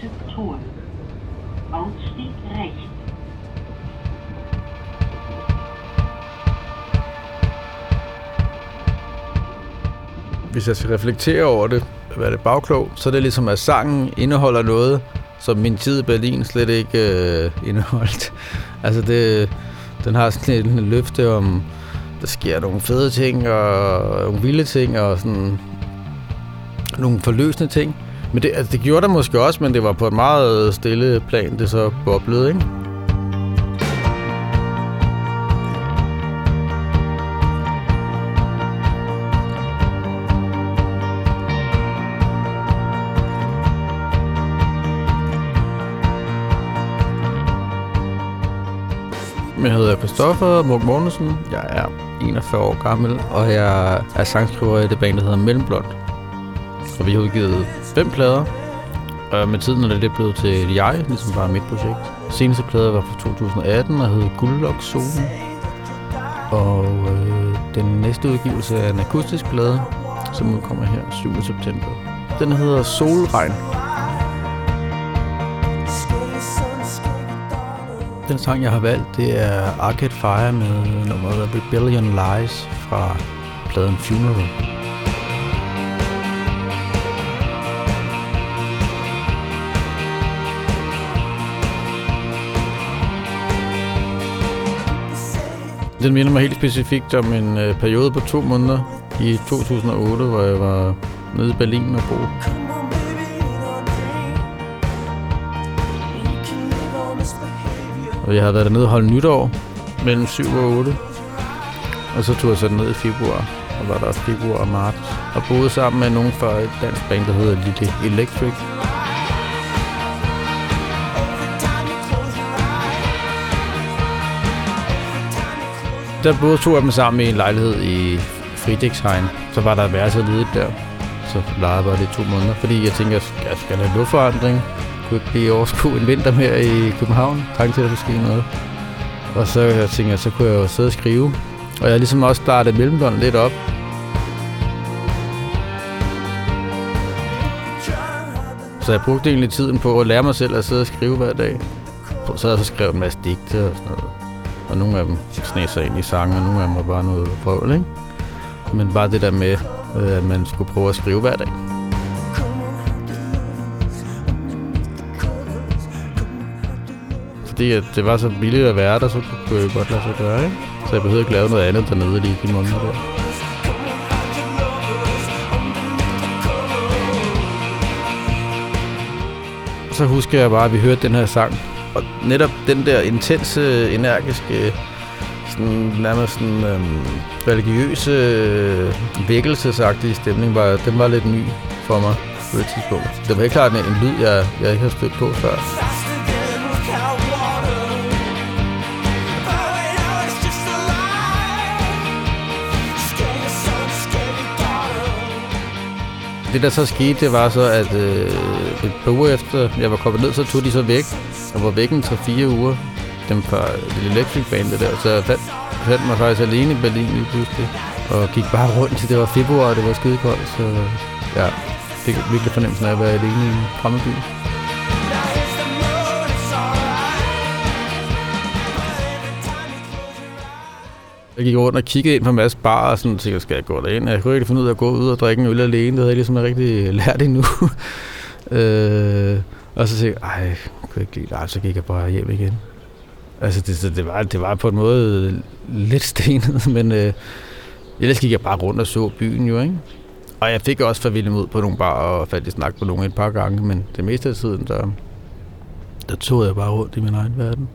Tor. Ausstieg rechts. Hvis jeg skal reflektere over det, være det bagklog, så er det ligesom, at sangen indeholder noget, som min tid i Berlin slet ikke indeholdt. Altså den har sådan en løfte om, der sker nogle fede ting og nogle vilde ting og sådan nogle forløsende ting. Men det gjorde der måske også, men det var på et meget stille plan, det så boblede, ikke? Jeg hedder Christoffer Munk Mortensen. Jeg er 41 år gammel, og jeg er sangskriver i det band, der hedder Mellemblond. Og vi har udgivet 5 plader, og med tiden er det blevet til jeg, ligesom bare mit projekt. Seneste plade var fra 2018 og hed Guldlokzonen. Og den næste udgivelse er en akustisk plade, som udkommer her 7. september. Den hedder Solregn. Den sang, jeg har valgt, det er Arcade Fire med nummeret Rebellion Lies fra pladen Funeral. Den minder mig helt specifikt om en periode på 2 måneder i 2008, hvor jeg var nede i Berlin og boede. Og jeg havde været dernede og holdt nytår mellem 7 og 8. Og så tog jeg så ned i februar, og var der februar og marts. Og boede sammen med nogen fra et dansk band, der hedder Lille Electric. Der boede 2 af dem sammen i en lejlighed i Friedrichshain. Så var der værelse ledigt der. Så lejede jeg det i 2 måneder, fordi jeg tænkte, at jeg skal have luftforandring. Kunne ikke blive overskue en vinter mere i København. Trængte til, at der ske noget. Og så tænkte jeg, så kunne jeg jo sidde og skrive. Og jeg har ligesom også startet Mellemblond lidt op. Så jeg brugte egentlig tiden på at lære mig selv at sidde og skrive hver dag. Så havde jeg så skrevet en masse digte og sådan noget. Og nogle af dem sneg sig ind i sange, og nogle af dem var bare noget vrøvl, ikke? Men bare det der med, at man skulle prøve at skrive hver dag. Fordi at det var så billigt at være der, så kunne jeg godt lade sig gøre, ikke? Så jeg behøvede ikke lave noget andet dernede lige i de måneder der. Så husker jeg bare, at vi hørte den her sang. Og netop den der intense, energiske, sådan, nærmest sådan, religiøse, vækkelsesagtige stemning, den var lidt ny for mig på et tidspunkt. Det var helt klart en lyd, jeg ikke har stødt på før. Det der så skete, det var så, at et par uger efter jeg var kommet ned, så tog de så væk. Og var væk en 3-4 uger, dem fra Lille Electric bandet der. Så jeg fandt mig faktisk alene i Berlin lige pludselig. Og gik bare rundt til det var februar, og det var skidekoldt. Så ja, fik virkelig fornemmelsen af at være alene i en fremmed by. Jeg gik rundt og kiggede ind på en masse barer og sådan, tænkte, skal jeg gå derind? Jeg kunne ikke finde ud af at gå ud og drikke en øl alene. Det havde jeg ligesom rigtig lært endnu. Og så tænkte jeg, kunne jeg ikke lide det. Så gik jeg bare hjem igen. Altså, det var på en måde lidt stenet, men ellers gik jeg bare rundt og så byen jo, ikke? Og jeg fik også forvildet mod på nogle barer og faldt i snak på nogle et par gange, men det meste af tiden, der tog jeg bare rundt i min egen verden.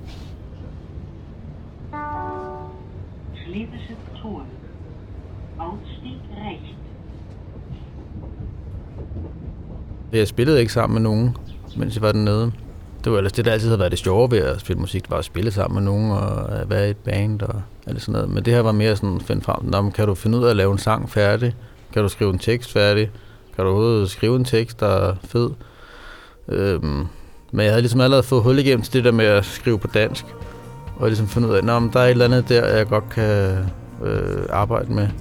Tor. Ausstieg rechts. Jeg spillede ikke sammen med nogen, mens jeg var dernede. Det var ellers det, der altid havde været det sjove ved at spille musik. Det var at spille sammen med nogen og at være i et band og alt sådan noget. Men det her var mere sådan at finde frem. Kan du finde ud af at lave en sang færdig? Kan du skrive en tekst færdig? Kan du overhovedet skrive en tekst, der er fed? Men jeg havde ligesom allerede fået hul igennem til det der med at skrive på dansk. Og ligesom finde ud af, at der er et eller andet der, jeg godt kan arbejde med.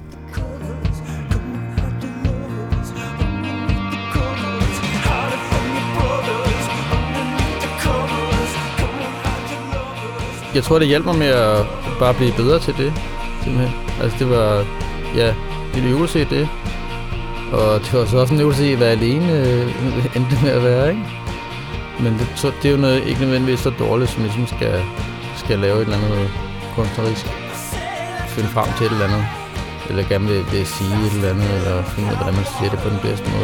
Jeg tror, det hjalp mig med at bare blive bedre til det, simpelthen. Altså, det var, ja, en øvelse i det. Og det var så også en øvelse i at være alene, endte med at være, ikke? Men det er jo noget, ikke nødvendigvis så dårligt, som ligesom skal lave et eller andet kunstnerisk. Finde frem til et eller andet. Eller gerne vil sige et eller andet, eller finde ud af, hvordan man siger det på den bedste måde.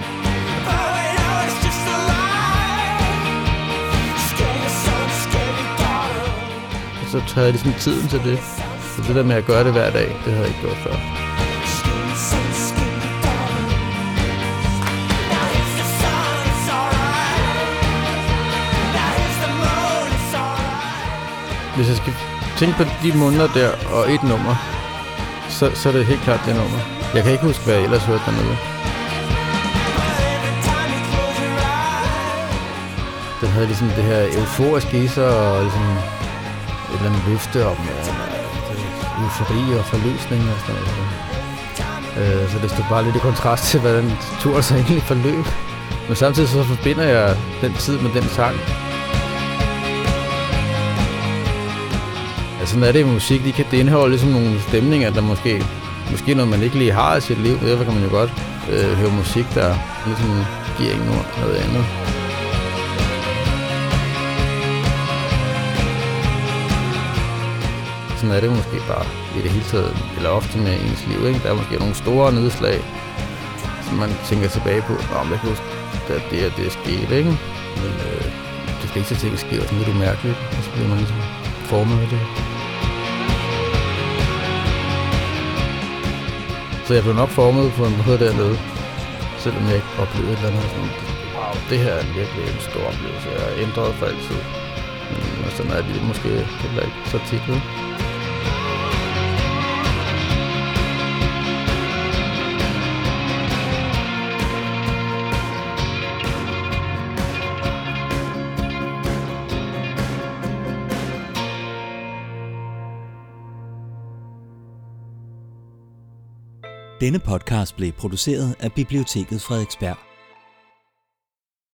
Så tager jeg ligesom tiden til det. Så det der med at gøre det hver dag, det havde jeg ikke gjort før. Hvis jeg skal tænke på de måneder der og et nummer, så er det helt klart det nummer. Jeg kan ikke huske, hvad jeg ellers hørte dernede. Den havde ligesom det her euforiske i sig, og ligesom et eller andet løfte om eufori og forløsning og sådan noget. Så det stod bare lidt i kontrast til, hvordan turen så egentlig forløb. Men samtidig så forbinder jeg den tid med den sang. Sådan er det i musik. Det indeholder ligesom nogle stemninger, der måske noget, man ikke lige har i sit liv. Derfor kan man jo godt høre musik, der ligesom giver en noget andet. Sådan er det måske bare i det hele taget, eller ofte med ens liv, ikke? Der er måske nogle store nedslag, som man tænker tilbage på. Jeg kan huske, at det skete, ikke? Men de fleste ting sker sådan lidt umærkeligt, og så bliver man ligesom formet af det. Så jeg blev nok formet på en måde dernede, selvom jeg ikke oplevede et eller andet sådan, wow, det her er virkelig en stor oplevelse. Jeg har ændret for altid. Men sådan er det måske heller ikke så tit. Denne podcast blev produceret af Biblioteket Frederiksberg.